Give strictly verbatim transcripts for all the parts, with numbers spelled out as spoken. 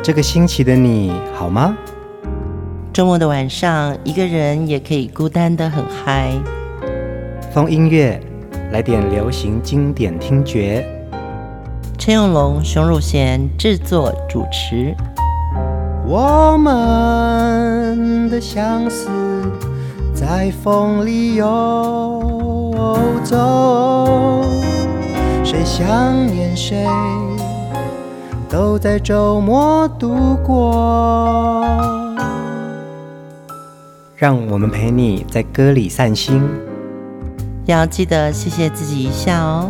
这个星期的你好吗？ 周末的晚上，一个人也可以孤单得很嗨。 风音乐，来点流行经典听觉。 陈永龙、熊汝贤制作主持。 我们的相思在风里游走，谁想念谁都在周末度过，让我们陪你在歌里散心， 要记得谢谢自己一下哦。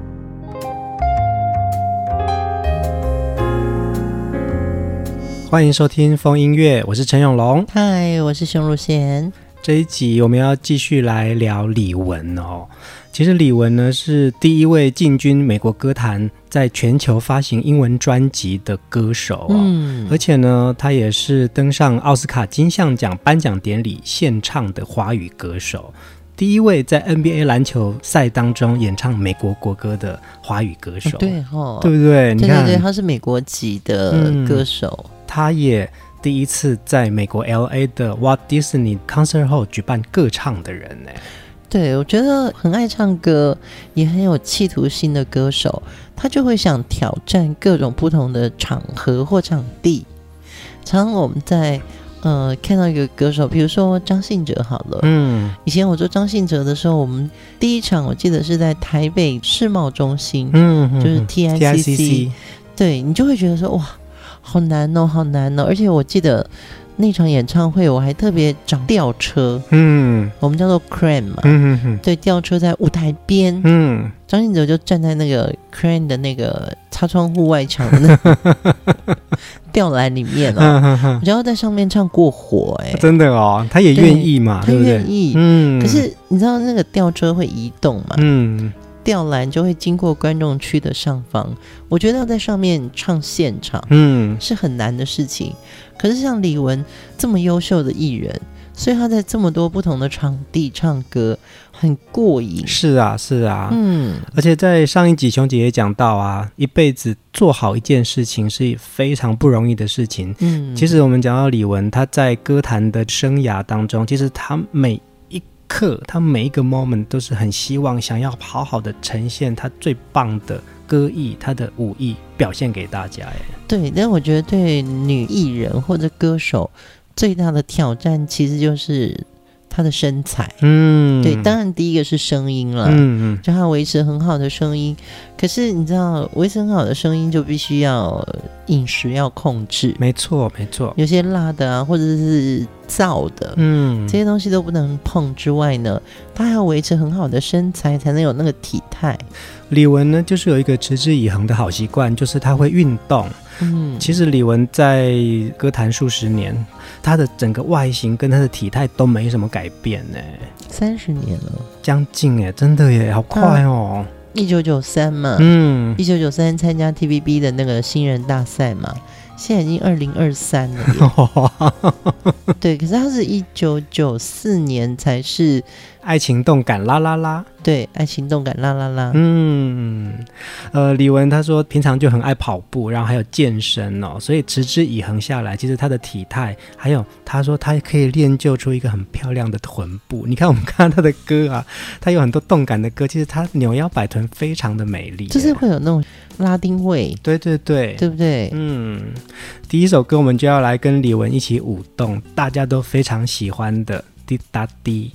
欢迎收听风音乐，我是陈永龙。 嗨，我是熊汝贤。 这一集我们要继续来聊李玟哦。其实李玟呢是第一位进军美国歌坛，在全球发行英文专辑的歌手哦。嗯，而且呢，他也是登上奥斯卡金像奖颁奖典礼献唱的华语歌手，第一位在 N B A 篮球赛当中演唱美国国歌的华语歌手。 对哦， 对不对？你看， 对对对，他是美国籍的歌手。嗯， 他也第一次在美国 L A 的 Walt Disney Concert Hall 举办歌唱的人呢。 对，我觉得很爱唱歌也很有企图心的歌手，他就会想挑战各种不同的场合或场地。常常我们在呃看到一个歌手，比如说张信哲好了，嗯，以前我做张信哲的时候，我们第一场我记得是在台北世贸中心，嗯，就是 T I C C， 对，你就会觉得说哇好难哦好难哦，而且我记得那场演唱会我还特别找吊车，嗯，我们叫做 crane 嘛，嗯嗯，对，吊车在舞台边，嗯，张信哲就站在那个 crane 的那个擦窗户外墙的那个吊篮里面哦，我就要在上面唱过火，哎、欸， 真的哦，他也愿意嘛， 他愿意， 嗯， 可是你知道那个吊车会移动嘛，嗯。吊篮就会经过观众区的上方，我觉得要在上面唱现场，嗯，是很难的事情。可是像李玟这么优秀的艺人，所以他在这么多不同的场地唱歌，很过瘾。 是啊，是啊，嗯。而且在上一集熊姐也讲到啊，一辈子做好一件事情是非常不容易的事情。嗯，其实我们讲到李玟，她在歌坛的生涯当中，其实她每刻他每一个 moment 都是很希望想要好好的呈现他最棒的歌艺，他的武艺表现给大家。 对，但我觉得对女艺人或者歌手最大的挑战其实就是她的身材。嗯，对，当然第一个是声音了，嗯嗯，就她维持很好的声音。可是你知道，维持很好的声音就必须要饮食要控制。 没错，没错。 有些辣的啊，或者是燥的，嗯，这些东西都不能碰之外呢，她还要维持很好的身材，才能有那个体态。 李玟呢，就是有一个持之以恒的好习惯，就是她会运动。嗯，其实李玟在歌坛数十年，她的整个外形跟她的体态都没什么改变呢。 三十年了， 将近耶，真的耶，好快哦。 一九九三嘛，嗯，一九九三参加 T V B 的那个新人大赛嘛，现在已经二零二三了。对，可是他是一九九四年才是爱情动感啦啦啦。 对，爱情动感啦啦啦。 嗯，呃，李玟她说平常就很爱跑步，然后还有健身哦，所以持之以恒下来，其实她的体态，还有她说她可以练就出一个很漂亮的臀部。你看我们看她的歌啊，她有很多动感的歌，其实她扭腰摆臀非常的美丽， 就是会有那种拉丁味。 对对对， 对不对？ 嗯，第一首歌我们就要来跟李玟一起舞动，大家都非常喜欢的滴答滴。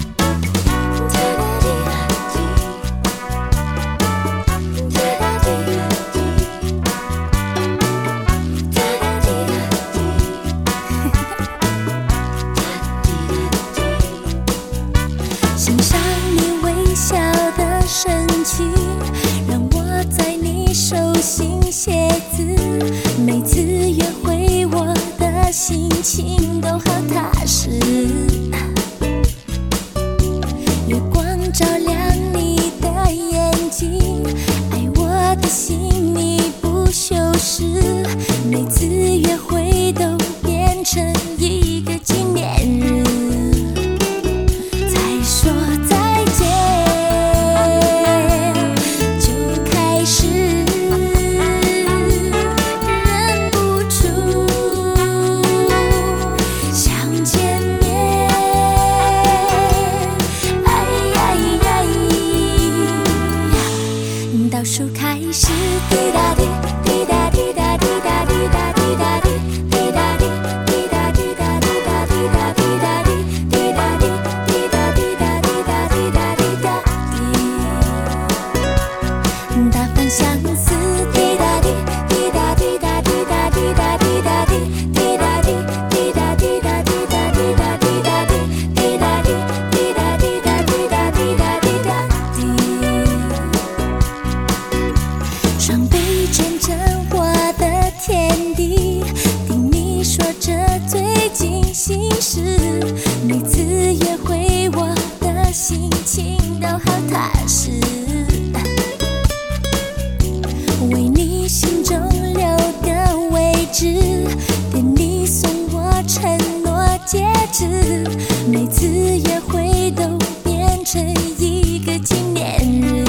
每次约会我的心情都好踏实，月光照亮你的眼睛，爱我的心你不修饰，每次约会都变成一个纪念日，才说再见就开始忍不住始，滴答滴，滴答滴答滴答滴答滴答滴，滴答滴，滴答滴答滴答滴答滴答滴，滴答滴，滴答滴答滴答滴答滴答滴，大方相思，滴答滴，滴答滴答滴答滴答滴答滴，滴答滴，滴答滴答滴答滴答滴答滴，滴答滴，滴答滴答滴答滴答滴答滴。双倍成真我的天地，听你说着最近心事，每次约会我的心情都好踏实，为你心中留个位置，给你送我承诺戒指，每次约会都变成一个纪念日，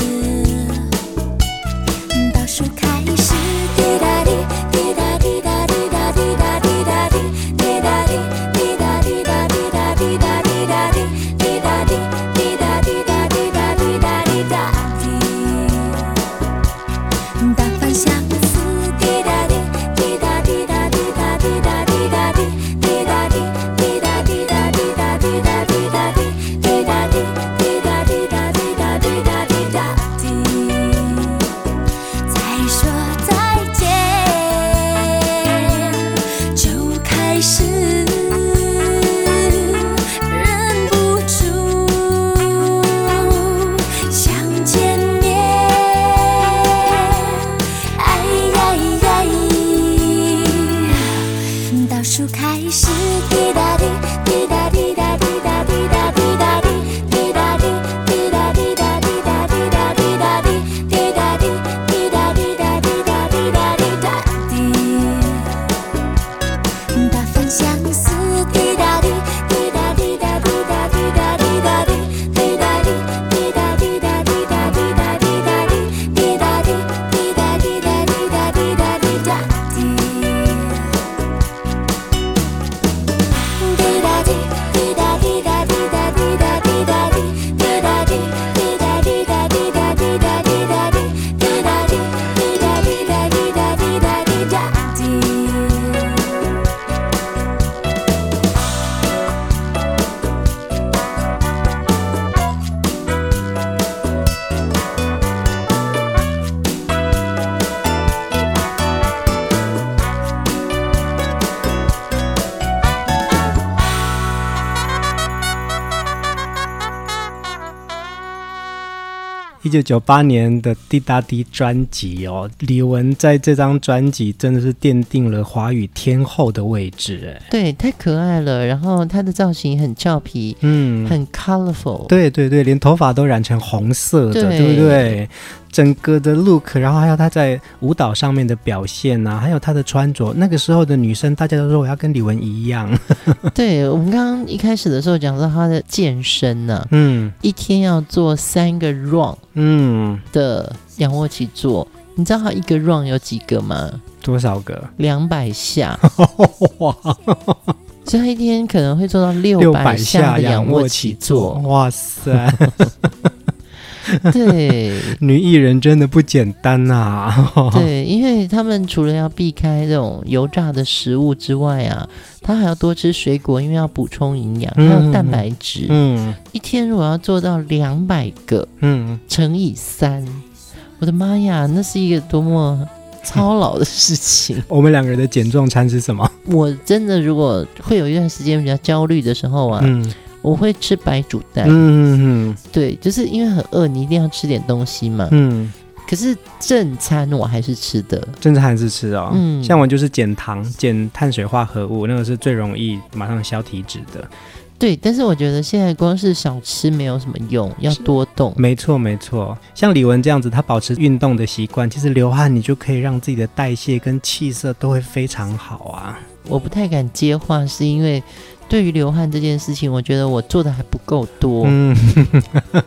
倒数开始，滴答滴，滴答滴答滴答滴答滴答滴，滴答滴，滴答滴答滴答滴答滴答滴，滴答滴，滴答滴答滴答滴答滴答滴，大方相思，滴答滴，滴答滴答滴答滴答滴答滴，滴答滴，滴答滴答滴答滴答滴答滴，滴答滴，滴答滴答滴答滴答滴答滴，再说再见就开始，忍不住想见面，哎呀呀，倒数开始，滴答滴，滴答滴答滴答滴答滴答滴，滴答滴，滴答滴答滴答滴答滴答滴，滴答滴，滴答滴答滴答滴答滴答滴，大方相思，滴答滴，滴答滴答滴答滴答滴答滴，滴答滴，滴答滴答滴答滴答滴答滴，滴答滴，滴答滴答滴答滴答滴答滴，滴答滴，滴答滴答滴答滴答滴答滴，滴答滴，滴答滴答滴答滴答滴答滴，滴答滴，滴答滴答滴答滴答滴答滴。 一九九八年的《滴答滴》专辑哦，李玟在这张专辑真的是奠定了华语天后的位置，哎， 对，太可爱了，然后她的造型很俏皮，嗯，很 colorful， 对对对，连头发都染成红色的， 对, 对不对？整个的 look， 然后还有她在舞蹈上面的表现啊，还有她的穿着，那个时候的女生大家都说我要跟李玟一样。 对，我们刚刚一开始的时候讲到她的健身啊，嗯，一天要做三个 run， 嗯的仰卧起坐，你知道她一个 run 有几个吗？ 多少个？ 两百下。哇！所以她一天可能会做到六百下的仰卧起坐。 哇塞！ 对， 女艺人真的不简单啊。 对，因为他们除了要避开这种油炸的食物之外啊，他还要多吃水果，因为要补充营养，还有蛋白质。嗯，一天如果要做到两百个，嗯，乘以三，我的妈呀，那是一个多么操劳的事情。 我们两个人的减重餐是什么？ 我真的如果会有一段时间比较焦虑的时候啊，嗯，我会吃白煮蛋。嗯嗯，对，就是因为很饿，你一定要吃点东西嘛。嗯，可是正餐我还是吃的， 正餐还是吃哦。嗯，像我就是减糖、减碳水化合物，那个是最容易马上消体脂的。 对，但是我觉得现在光是少吃没有什么用，要多动。 没错没错，像李玟这样子，她保持运动的习惯，其实流汗你就可以让自己的代谢跟气色都会非常好啊。 我不太敢接话，是因为对于流汗这件事情，我觉得我做的还不够多。嗯，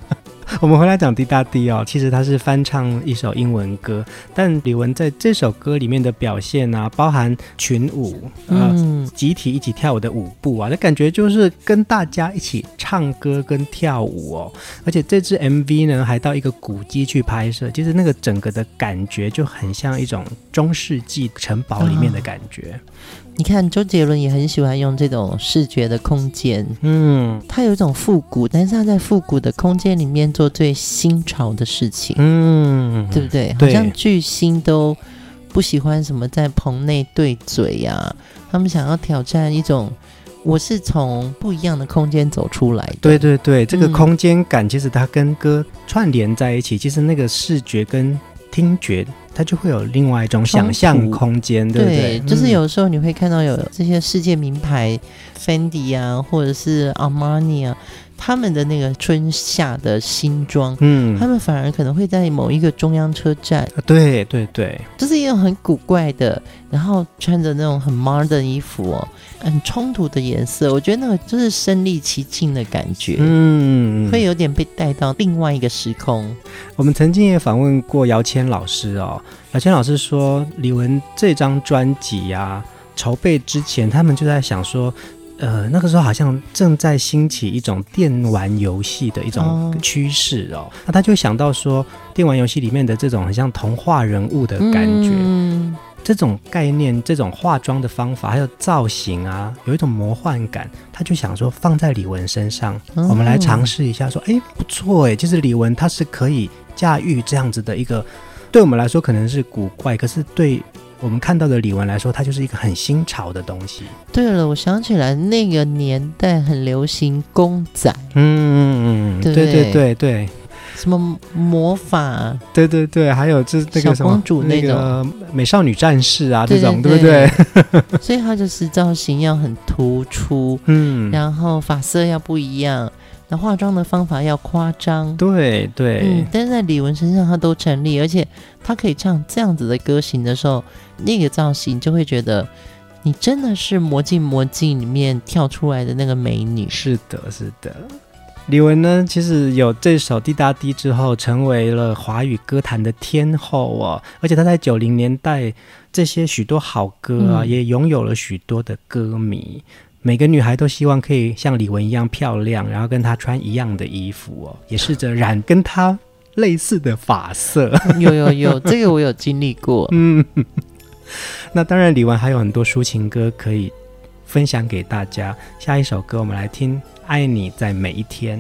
我们回来讲滴答滴哦，其实他是翻唱一首英文歌，但李玟在这首歌里面的表现啊，包含群舞，呃，嗯、集体一起跳舞的舞步啊，那感觉就是跟大家一起唱歌跟跳舞哦。而且这支 M V 呢，还到一个古迹去拍摄，其实那个整个的感觉就很像一种中世纪城堡里面的感觉。哦， 你看周杰伦也很喜欢用这种视觉的空间，嗯，他有一种复古，但是他在复古的空间里面做最新潮的事情，嗯，对不对？好像巨星都不喜欢什么在棚内对嘴啊，他们想要挑战一种我是从不一样的空间走出来的。 对对对，这个空间感其实它跟歌串联在一起，嗯、其实那个视觉跟听觉它就会有另外一种想象空间，对不对？ 对，就是有时候你会看到有这些世界名牌 Fendi 啊，或者是 Armani 啊，他们的那个春夏的新装，嗯，他们反而可能会在某一个中央车站， 对对对， 就是一种很古怪的，然后穿着那种很 modern 的衣服哦，很冲突的颜色，我觉得那个就是身临其境的感觉，嗯，会有点被带到另外一个时空。 我们曾经也访问过姚谦老师哦，姚谦老师说，李玟这张专辑啊，筹备之前，他们就在想说。呃，那个时候好像正在兴起一种电玩游戏的一种趋势哦，哦那他就想到说，电玩游戏里面的这种很像童话人物的感觉，嗯、这种概念、这种化妆的方法，还有造型啊，有一种魔幻感，他就想说放在李玟身上，嗯、我们来尝试一下说，哎，不错哎，其实李玟她是可以驾驭这样子的一个，对我们来说可能是古怪，可是对我们看到的李玟来说，它就是一个很新潮的东西。 对了，我想起来那个年代很流行公仔，嗯嗯嗯，对对对对对，什么魔法， 对对对，还有就是那个什么小公主那种、那个、 美少女战士啊，这种对不对？ 所以它就是造型要很突出，嗯，然后发色要不一样。那化妆的方法要夸张， 对对、嗯， 但是在李玟身上它都成立，而且她可以唱这样子的歌型的时候，那个造型就会觉得你真的是魔镜魔镜里面跳出来的那个美女。 是的是的，李玟呢其实有这首滴答滴之后成为了华语歌坛的天后哦，而且她在九零年代这些许多好歌啊、嗯、也拥有了许多的歌迷，每个女孩都希望可以像李玟一样漂亮，然后跟她穿一样的衣服哦，也试着染跟她类似的发色。 有有有，这个我有经历过。 嗯，那当然李玟还有很多抒情歌可以分享给大家。下一首歌我们来听《爱你在每一天》。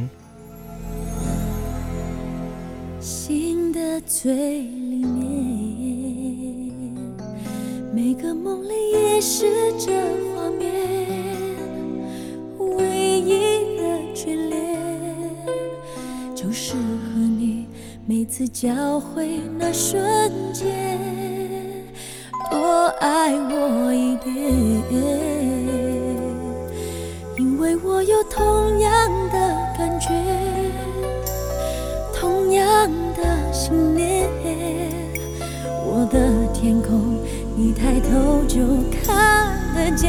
心的最里面，每个梦里也是这画面，唯一的眷恋就是和你每次交汇那瞬间，多爱我一点，因为我有同样的感觉，同样的信念，我的天空你抬头就看得见，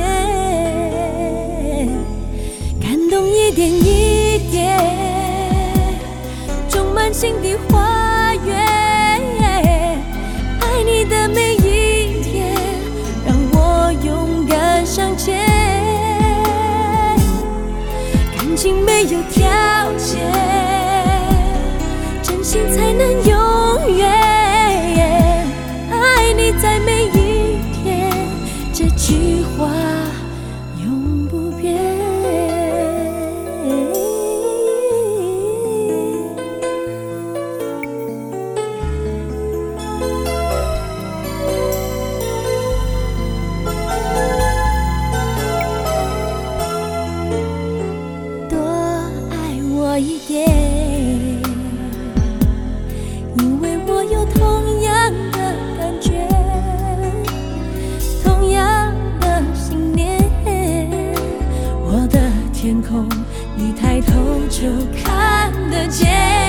感动一点一点，种满心的花园，爱你的每一天，让我勇敢向前，感情没有条件，真心才能永远，爱你在每一天，这句话永不变。多爱我一点，因为我有同样的感觉，同样的信念，我的天空你抬头就看得见，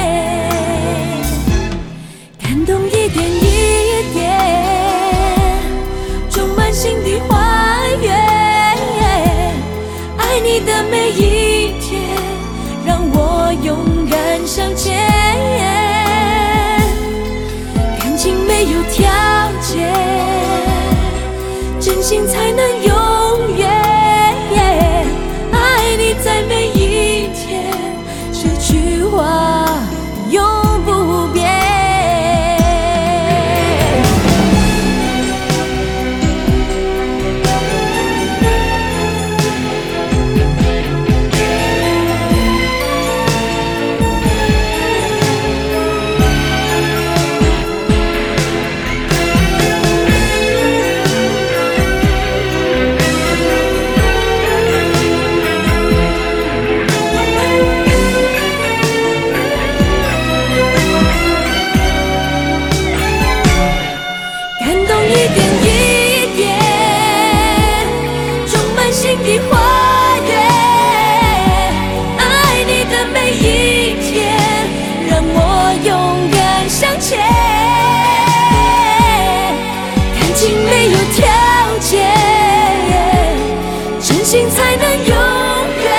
感动一点一点，种满心的花园，爱你的每一天，让我勇敢向前， 点一点，种满心的花园。爱你的每一天，让我勇敢向前。感情没有条件，真心才能永远。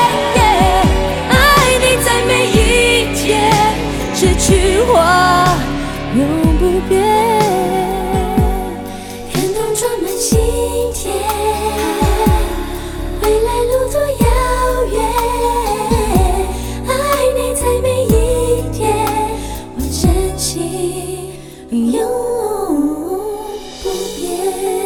爱你在每一天，这句话永不变。感动装满心田，未来路途遥远。爱你在每一天，我真心永不变。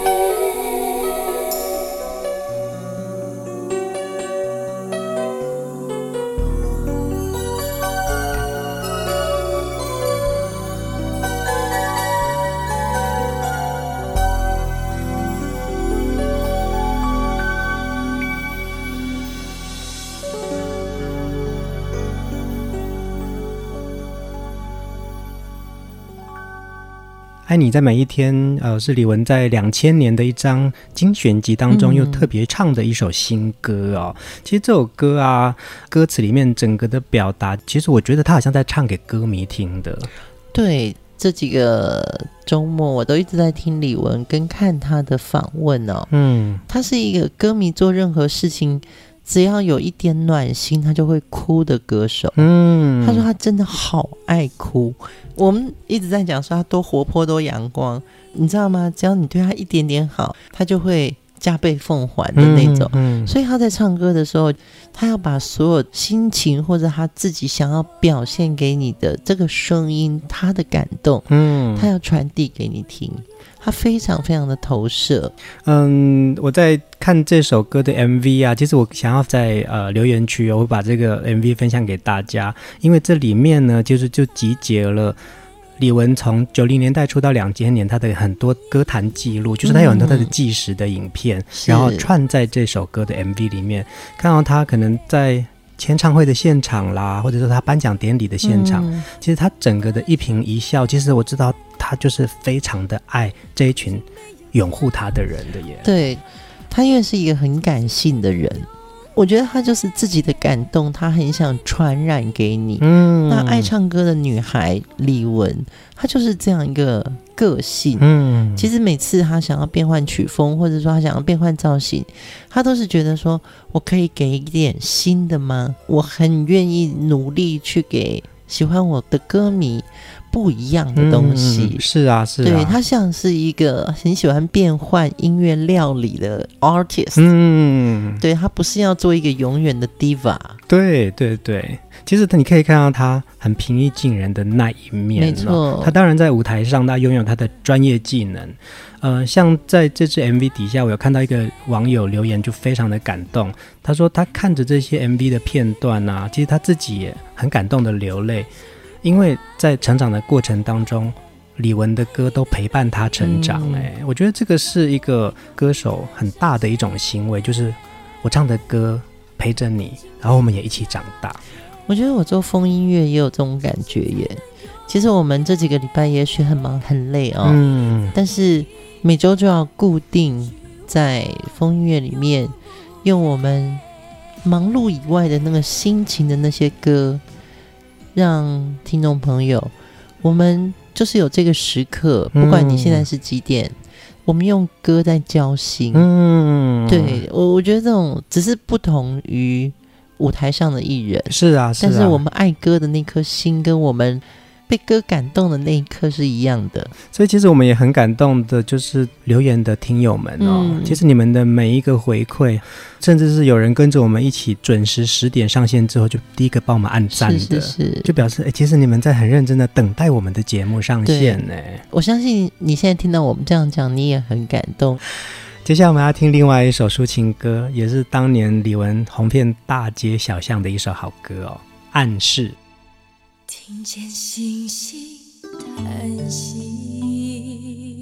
爱你在每一天，呃，是李玟在两千年的一张精选集当中又特别唱的一首新歌哦。嗯、其实这首歌啊，歌词里面整个的表达，其实我觉得他好像在唱给歌迷听的。 对，这几个周末我都一直在听李玟跟看他的访问哦。嗯，他是一个歌迷做任何事情，只要有一点暖心，他就会哭的歌手。嗯，他说他真的好爱哭。我们一直在讲说他多活泼多阳光，你知道吗？只要你对他一点点好，他就会加倍奉还的那种。嗯嗯、所以他在唱歌的时候，他要把所有心情或者他自己想要表现给你的这个声音，他的感动，嗯，他要传递给你听。他非常非常的投射。 嗯，我在看这首歌的 M V 啊，其实我想要在呃留言区、哦、我会把这个 M V 分享给大家，因为这里面呢，就是就集结了李玟从九零年代出到两千年，他的很多歌坛记录，就是他有很多他的纪实的影片，嗯、然后串在这首歌的 M V 里面，看到他可能在签唱会的现场啦，或者说他颁奖典礼的现场，嗯、其实他整个的一颦一笑，其实我知道他就是非常的爱这一群拥护他的人的耶。 对，他因为是一个很感性的人，我觉得他就是自己的感动，他很想传染给你。嗯，那爱唱歌的女孩李玟，她就是这样一个个性。嗯，其实每次她想要变换曲风，或者说她想要变换造型，她都是觉得说，我可以给一点新的吗？我很愿意努力去给喜欢我的歌迷不一样的东西。 嗯、是啊是啊， 对，他像是一个很喜欢变换音乐料理的 artist。 嗯，对，他不是要做一个永远的 diva。 对对对，其实你可以看到他很平易近人的那一面。 没错， 他当然在舞台上他拥有他的专业技能。呃，像在这支 M V 底下，我有看到一个网友留言就非常的感动，他说他看着这些 M V 的片段啊，其实他自己也很感动的流泪，因为在成长的过程当中，李玟的歌都陪伴他成长。哎、嗯，我觉得这个是一个歌手很大的一种行为，就是我唱的歌陪着你，然后我们也一起长大。 我觉得我做风音乐也有这种感觉耶。其实我们这几个礼拜也许很忙很累哦，嗯，但是每周就要固定在风音乐里面用我们忙碌以外的那个心情的那些歌，让听众朋友，我们就是有这个时刻，不管你现在是几点，嗯、我们用歌在交心。嗯，对，我我觉得这种只是不同于舞台上的艺人， 是啊，是啊， 但是我们爱歌的那颗心跟我们被歌感动的那一刻是一样的。 所以其实我们也很感动的就是留言的听友们哦，嗯、其实你们的每一个回馈，甚至是有人跟着我们一起准时十点上线之后就第一个帮我们按赞的， 是是是， 就表示其实你们在很认真的等待我们的节目上线呢。 我相信你现在听到我们这样讲，你也很感动。 接下来我们要听另外一首抒情歌，也是当年李玟红遍大街小巷的一首好歌哦，暗示。 听见星星叹息，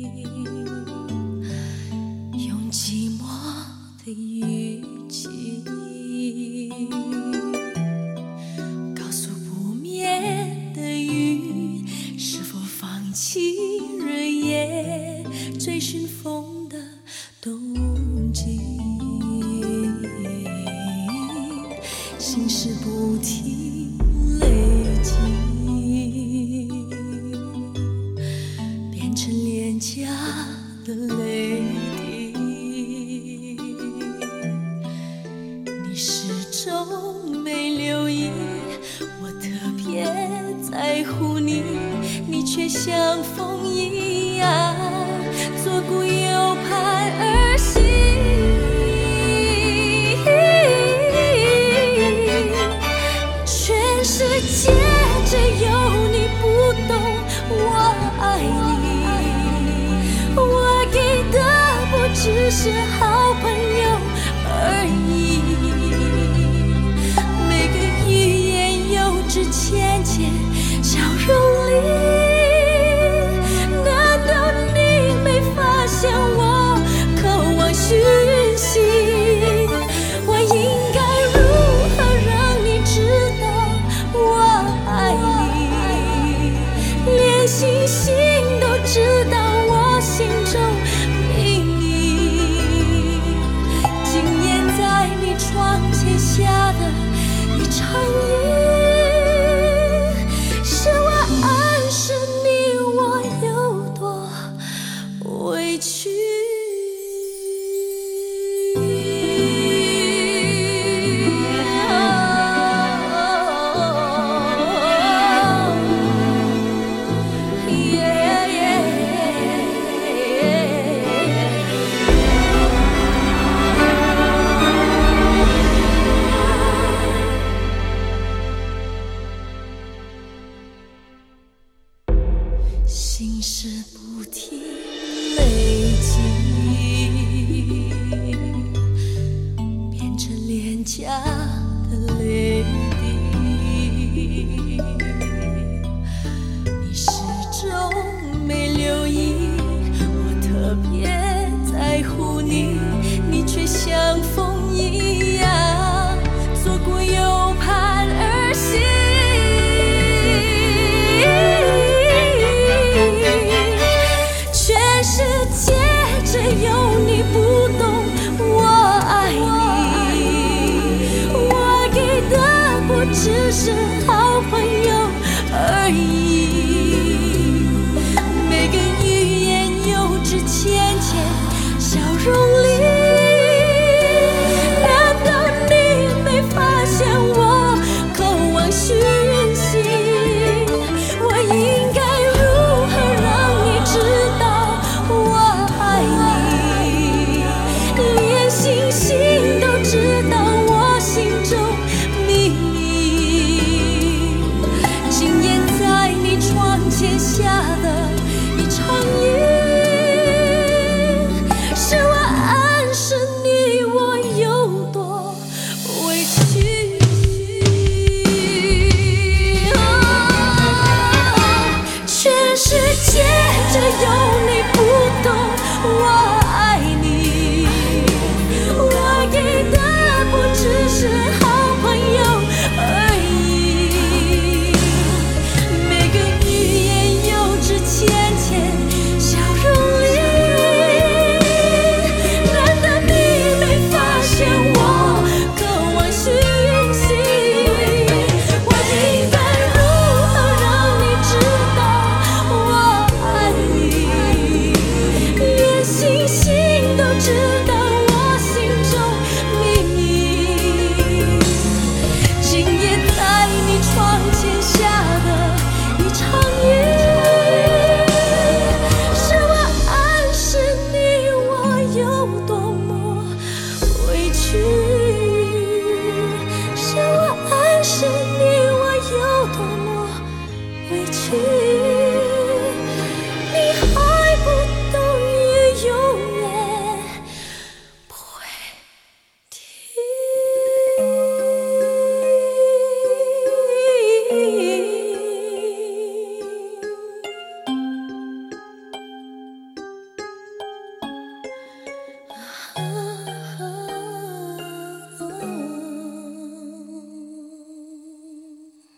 用寂寞的语气告诉不眠的雨，是否放弃日夜随寻风的动机，心事不停累积，变成廉价的泪滴。你始终没留意，我特别在乎你，你却像风一样左顾右盼而行。全世界只有你不懂我爱你，我给的不只是好朋友而已。每个欲言又止，浅浅笑容里，我渴望讯息，我应该如何让你知道我爱你？连星星都知道我心中秘密。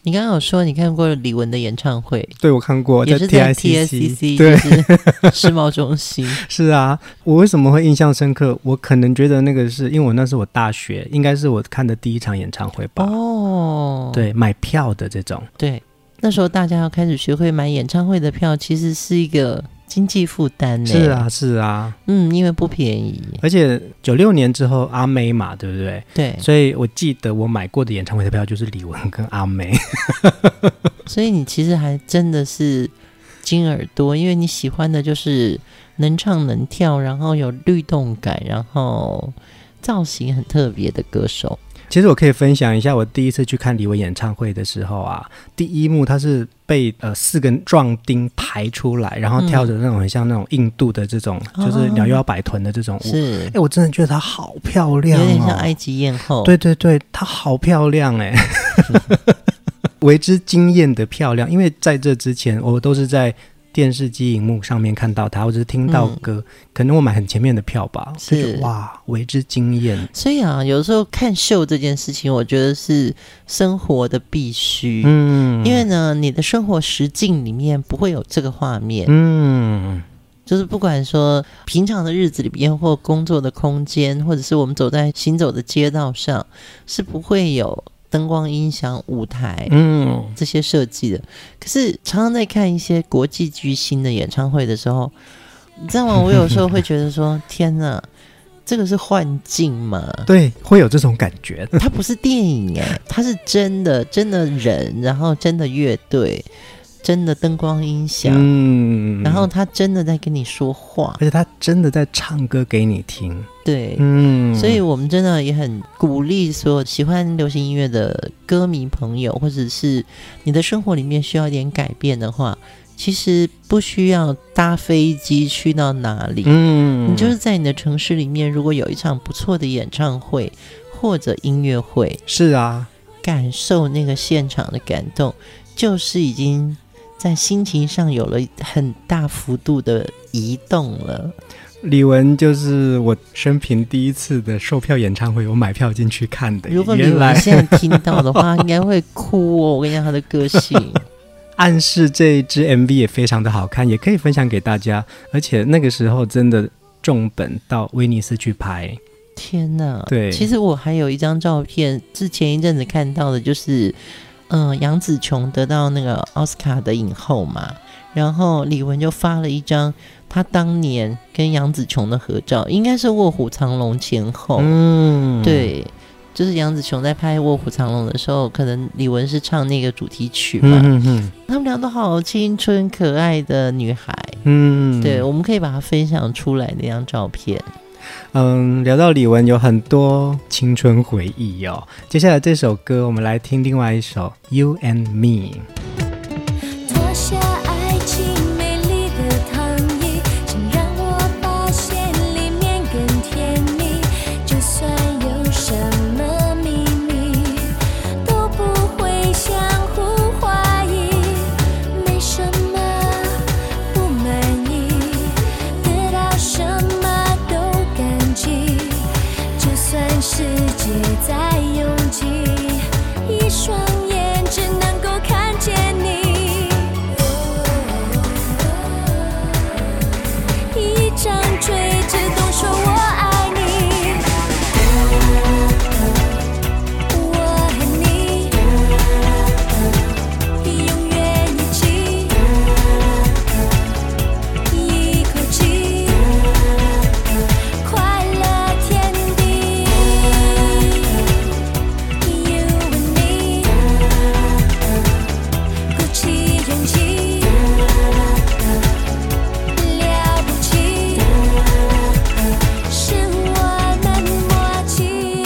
你刚刚有说你看过李玟的演唱会， 对，我看过， 也是在 T I C C， 对， 就是世贸中心。 是啊，我为什么会印象深刻？我可能觉得那个是因为我那是我大学，应该是我看的第一场演唱会吧。哦，对，买票的这种。 对，那时候大家要开始学会买演唱会的票，其实是一个经济负担呢。 是啊，是啊， 嗯，因为不便宜， 而且九六年之后阿妹嘛，对不对？ 对， 所以我记得我买过的演唱会的票就是李玟跟阿妹。 所以你其实还真的是金耳朵，因为你喜欢的就是能唱能跳，然后有律动感，然后造型很特别的歌手。 其实我可以分享一下，我第一次去看李玟演唱会的时候啊，第一幕他是被呃四根壮丁排出来，然后跳着那种很像那种印度的这种、嗯、就是鸟腰摆臀的这种舞。是，哎、欸，我真的觉得她好漂亮、哦， 有点像埃及艳后。 对对对，她好漂亮哎、欸，为之惊艳的漂亮。因为在这之前，我都是在电视机荧幕上面看到他，或者是听到歌、嗯、可能我买很前面的票吧，是哇，为之惊艳。 所以啊，有时候看秀这件事情我觉得是生活的必须，嗯，因为呢你的生活实境里面不会有这个画面，嗯，就是不管说平常的日子里面或工作的空间，或者是我们走在行走的街道上，是不会有灯光音响舞台嗯这些设计的。可是常常在看一些国际巨星的演唱会的时候，你知道吗，我有时候会觉得说天哪，这个是幻境吗？ 对，会有这种感觉。 它不是电影耶，它是真的真的人，然后真的乐队，真的灯光音响，嗯，然后他真的在跟你说话， 而且他真的在唱歌给你听。 对，嗯，所以我们真的也很鼓励所有喜欢流行音乐的歌迷朋友，或者是你的生活里面需要一点改变的话，其实不需要搭飞机去到哪里，嗯，你就是在你的城市里面，如果有一场不错的演唱会或者音乐会， 是啊， 感受那个现场的感动，就是已经在心情上有了很大幅度的移动了。 李玟就是我生平第一次的售票演唱会，我买票进去看的。 如果李玟现在听到的话应该会哭哦，我跟你讲他的个性暗示这一支 M V 也非常的好看，也可以分享给大家，而且那个时候真的重本到威尼斯去拍。 天哪， 对， 其实我还有一张照片是前一阵子看到的，就是嗯，杨紫琼得到那个奥斯卡的影后嘛，然后李玟就发了一张他当年跟杨紫琼的合照，应该是《卧虎藏龙》前后，嗯，对，就是杨紫琼在拍《卧虎藏龙》的时候，可能李玟是唱那个主题曲嘛，嗯嗯，他们俩都好青春可爱的女孩，嗯，对，我们可以把它分享出来那张照片。 嗯，聊到李玟有很多青春回忆哦。接下来这首歌我们来听另外一首 You and Me。 脱下爱情美丽的糖衣，请让我发现里面更甜蜜，就算有什么秘密都不会相互怀疑，没什么不满意，得到什么就算世界再拥挤，一双眼只能够看见你，一张嘴只懂说我爱你，我和你永远一起，一口气快乐天地。You and me， 鼓起勇气，了不起，是我们默契。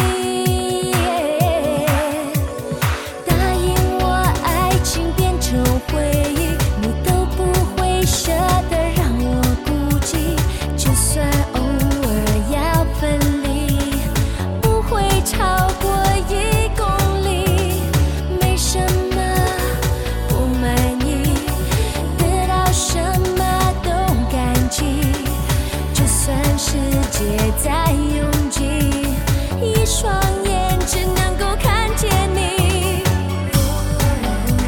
答应我，爱情变成回忆，你都不会舍得让我孤寂，就算偶尔要分离，不会超过一公里，没什么不满意，得到什么都感激，就算世界再拥挤，一双眼只能够看见你，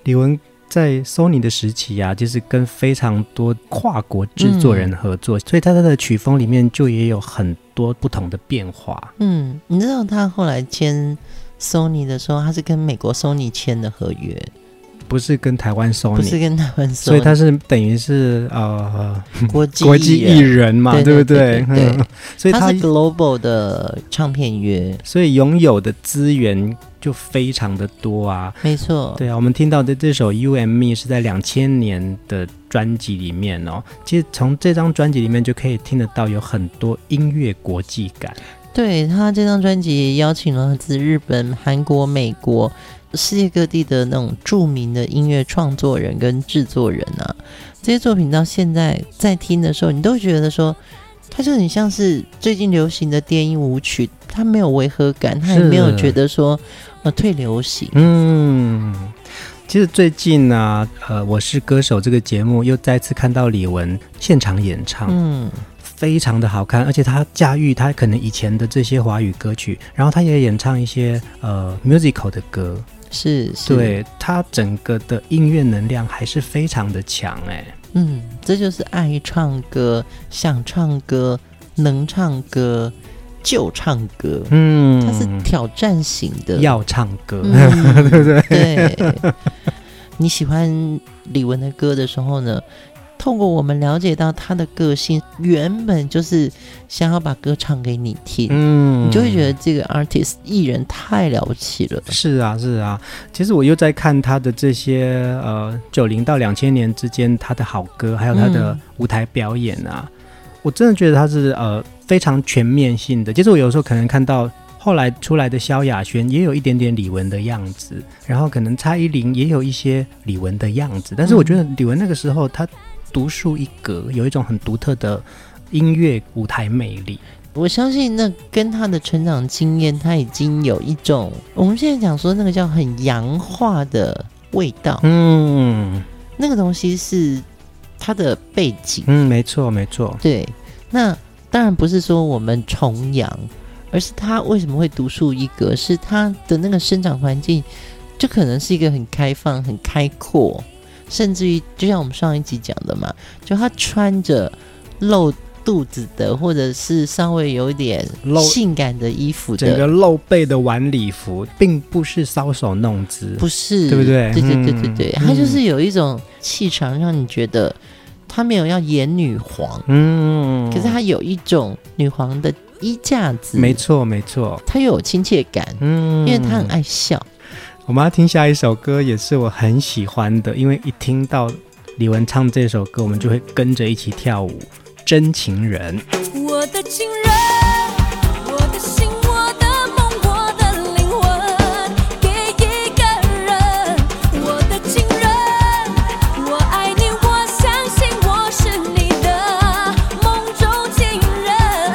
李玟在 Sony 的时期啊，就是跟非常多跨国制作人合作，嗯、所以他的曲风里面就也有很多不同的变化。 嗯，你知道他后来签 Sony 的时候，他是跟美国 Sony 签的合约， 不是跟台湾 Sony， 不是跟台湾 Sony， 所以他是等于是呃国际国际艺人嘛， 对对不对？ 对对对对所以他他是 global 的唱片约， 所以拥有的资源就非常的多啊。 没错， 对啊，我们听到的这首 You and Me 是在两千年的专辑里面哦。其实从这张专辑里面就可以听得到有很多音乐国际感。 对，他这张专辑也邀请了自日本、韩国、美国世界各地的那种著名的音乐创作人跟制作人啊，这些作品到现在在听的时候，你都会觉得说它就很像是最近流行的电音舞曲，它没有违和感，它也没有觉得说呃退流行。 嗯，其实最近啊，呃，我是歌手这个节目又再次看到李玟现场演唱，嗯，非常的好看，而且他驾驭他可能以前的这些华语歌曲，然后他也演唱一些呃 musical 的歌， 是，是对，他整个的音乐能量还是非常的强哎。 嗯，这就是爱唱歌、想唱歌、能唱歌、就唱歌。嗯，它是挑战型的， 要唱歌， 嗯、 对不对？ 对。你喜欢李玟的歌的时候呢，透过我们了解到他的个性，原本就是想要把歌唱给你听，嗯，你就会觉得这个 artist 艺人太了不起了。 是啊，是啊。其实我又在看他的这些呃九零到两千年之间他的好歌，还有他的舞台表演啊，嗯、我真的觉得他是呃非常全面性的。其实我有时候可能看到后来出来的萧亚轩也有一点点李玟的样子，然后可能蔡依林也有一些李玟的样子，但是我觉得李玟那个时候他独树一格，有一种很独特的音乐舞台魅力。 我相信那跟他的成长经验，他已经有一种我们现在讲说那个叫很洋化的味道。嗯，那个东西是他的背景。 嗯，没错没错。 对，那当然不是说我们崇洋，而是他为什么会独树一格，是他的那个生长环境就可能是一个很开放、很开阔。甚至于就像我们上一集讲的嘛，就他穿着露肚子的或者是稍微有点性感的衣服的， 整个露背的晚礼服并不是搔首弄姿， 不是， 对不对？ 对对对对对，嗯、他就是有一种气场让你觉得他没有要演女皇，嗯，可是他有一种女皇的衣架子， 没错没错， 他又有亲切感，嗯，因为他很爱笑。 我们要听下一首歌，也是我很喜欢的，因为一听到李玟唱这首歌，我们就会跟着一起跳舞。真情人， 我的情人，我的心，我的梦，我的灵魂，给一个人。我的情人，我爱你，我相信我是你的梦中情人。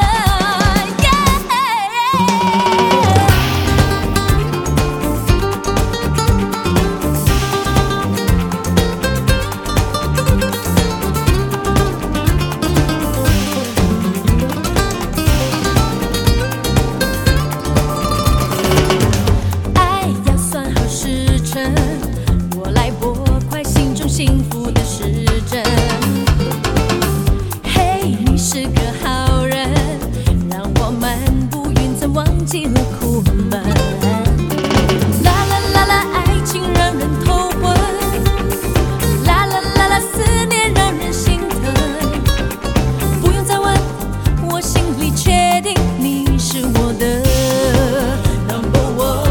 幸福的时针，嘿，你是个好人，让我漫步云层，忘记了苦闷。啦啦啦啦，爱情让人头昏，啦啦啦啦，思念让人心疼。不用再问，我心里确定你是我的 number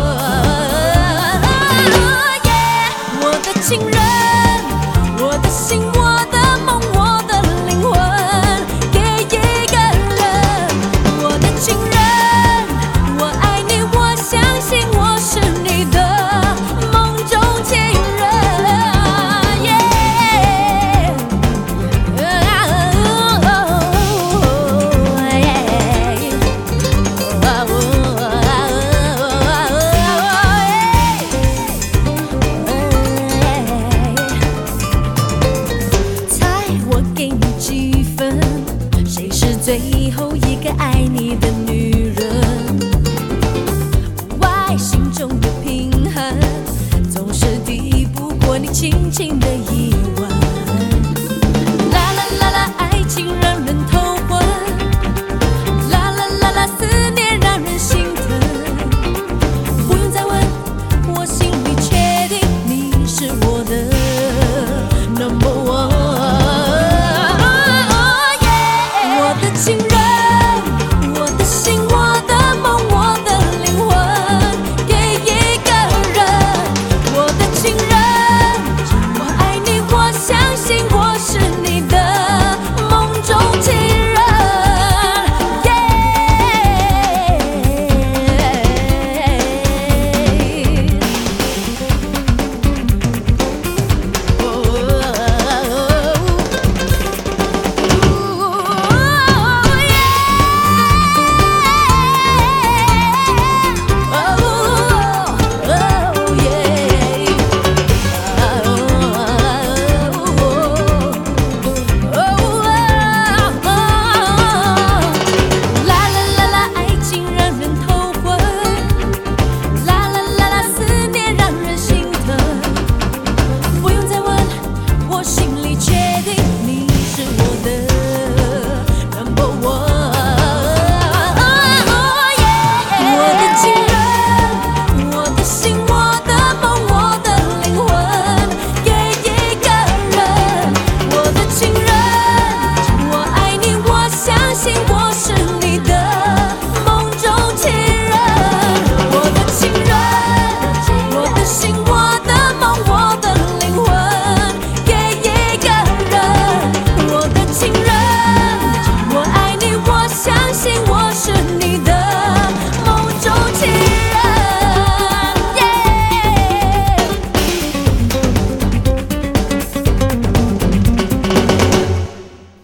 one。yeah， 我的情人。我的心，我的梦，我的灵魂，给一个人。我的情人，我爱你，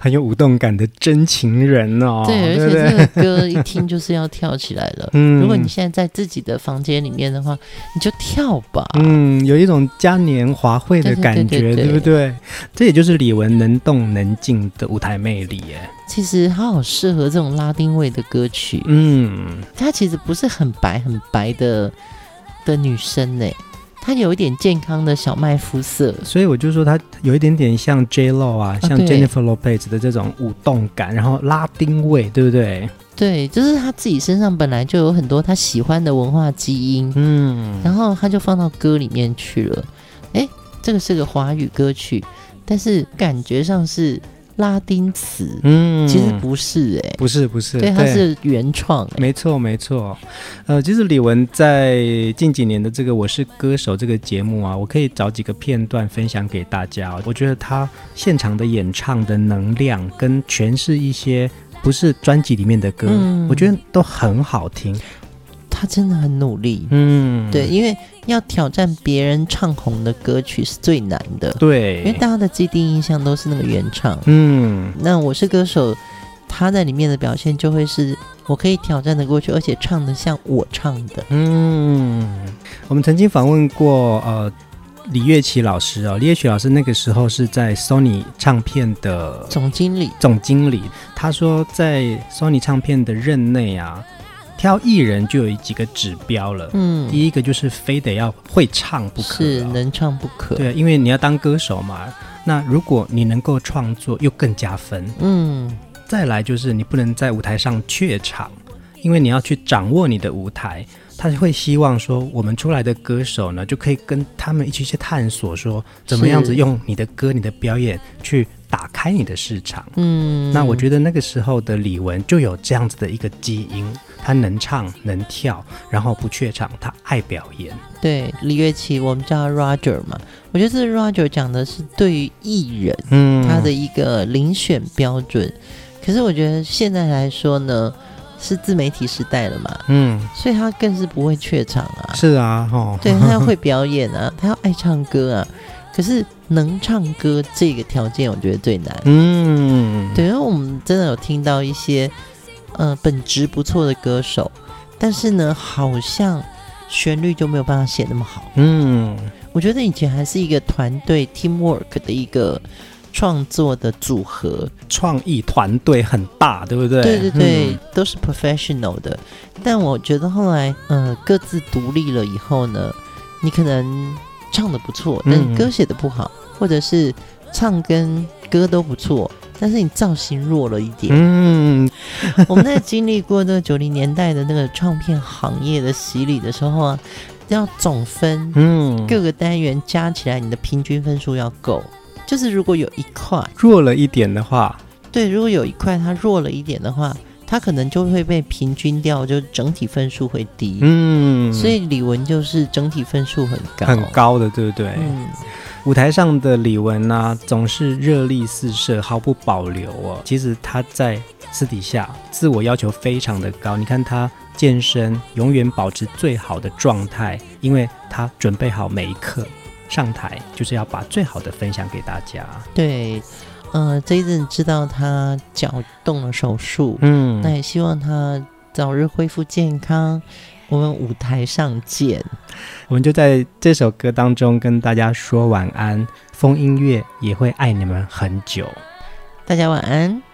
很有舞动感的真情人哦。 对，而且这个歌一听就是要跳起来了。 嗯， 如果你现在在自己的房间里面的话，你就跳吧。 嗯，有一种嘉年华会的感觉， 对, 对, 对, 对, 对不对？这也就是李玟能动能静的舞台魅力耶。 其实她好适合这种拉丁味的歌曲。 嗯， 她其实不是很白很白的的女生呢，她有一点健康的小麦肤色， 所以我就说她有一点点像 J Lo 啊，像 Jennifer Lopez 的这种舞动感，然后拉丁味，对不对？ 对，就是她自己身上本来就有很多她喜欢的文化基因， 嗯，然后她就放到歌里面去了。哎，这个是个华语歌曲，但是感觉上是拉丁词，嗯，其实不是哎、欸， 不是不是， 对，它是原创、欸， 没错没错。呃，其实李玟在近几年的这个《我是歌手》这个节目啊，我可以找几个片段分享给大家、哦。我觉得他现场的演唱的能量跟诠释一些不是专辑里面的歌、嗯，我觉得都很好听。 他真的很努力， 嗯， 对，因为要挑战别人唱红的歌曲是最难的， 对， 因为大家的既定印象都是那个原唱， 嗯， 那我是歌手，他在里面的表现就会是我可以挑战的过去，而且唱得像我唱的。 嗯，我们曾经访问过呃李月琪老师哦，李月琪老师那个时候是在 Sony 唱片的总经理， 总经理，他说在 Sony 唱片的任内啊。挑艺人就有几个指标了，嗯，第一个就是非得要会唱不可、哦， 是能唱不可， 对，因为你要当歌手嘛，那如果你能够创作又更加分，嗯，再来就是你不能在舞台上怯场，因为你要去掌握你的舞台，他会希望说我们出来的歌手呢，就可以跟他们一起去探索说怎么样子用你的歌、你的表演去打开你的市场，嗯，那我觉得那个时候的李玟就有这样子的一个基因，他能唱能跳，然后不怯场，他爱表演。 对，李月琪我们叫他 Roger 嘛，我觉得这 Roger 讲的是对于艺人、嗯、他的一个遴选标准，可是我觉得现在来说呢是自媒体时代了嘛，嗯，所以他更是不会怯场啊， 是啊，哦， 对，他要会表演啊，他要爱唱歌啊，可是能唱歌这个条件我觉得最难，嗯，对，因为我们真的有听到一些呃本质不错的歌手，但是呢好像旋律就没有办法写那么好，嗯，我觉得以前还是一个团队 teamwork 的一个创作的组合， 创意团队很大，对不对？ 对对对、嗯、都是 professional 的，但我觉得后来呃各自独立了以后呢，你可能唱得不错，但歌写得不好、嗯、或者是唱跟歌都不错，但是你造型弱了一点。嗯，我们在经历过那个九零年代的那个唱片行业的洗礼的时候啊，要总分，嗯，各个单元加起来，你的平均分数要够。就是如果有一块弱了一点的话， 对，如果有一块它弱了一点的话，它可能就会被平均掉，就整体分数会低。嗯，所以李玟就是整体分数很高， 很高的，对不对？嗯。舞台上的李玟啊，总是热力四射，毫不保留哦。其实她在私底下自我要求非常的高。你看她健身，永远保持最好的状态，因为她准备好每一刻上台，就是要把最好的分享给大家。 对，呃，这一阵知道她脚动了手术，嗯，那也希望她早日恢复健康。我们舞台上见。 我们就在这首歌当中跟大家说晚安，风音乐也会爱你们很久。 大家晚安。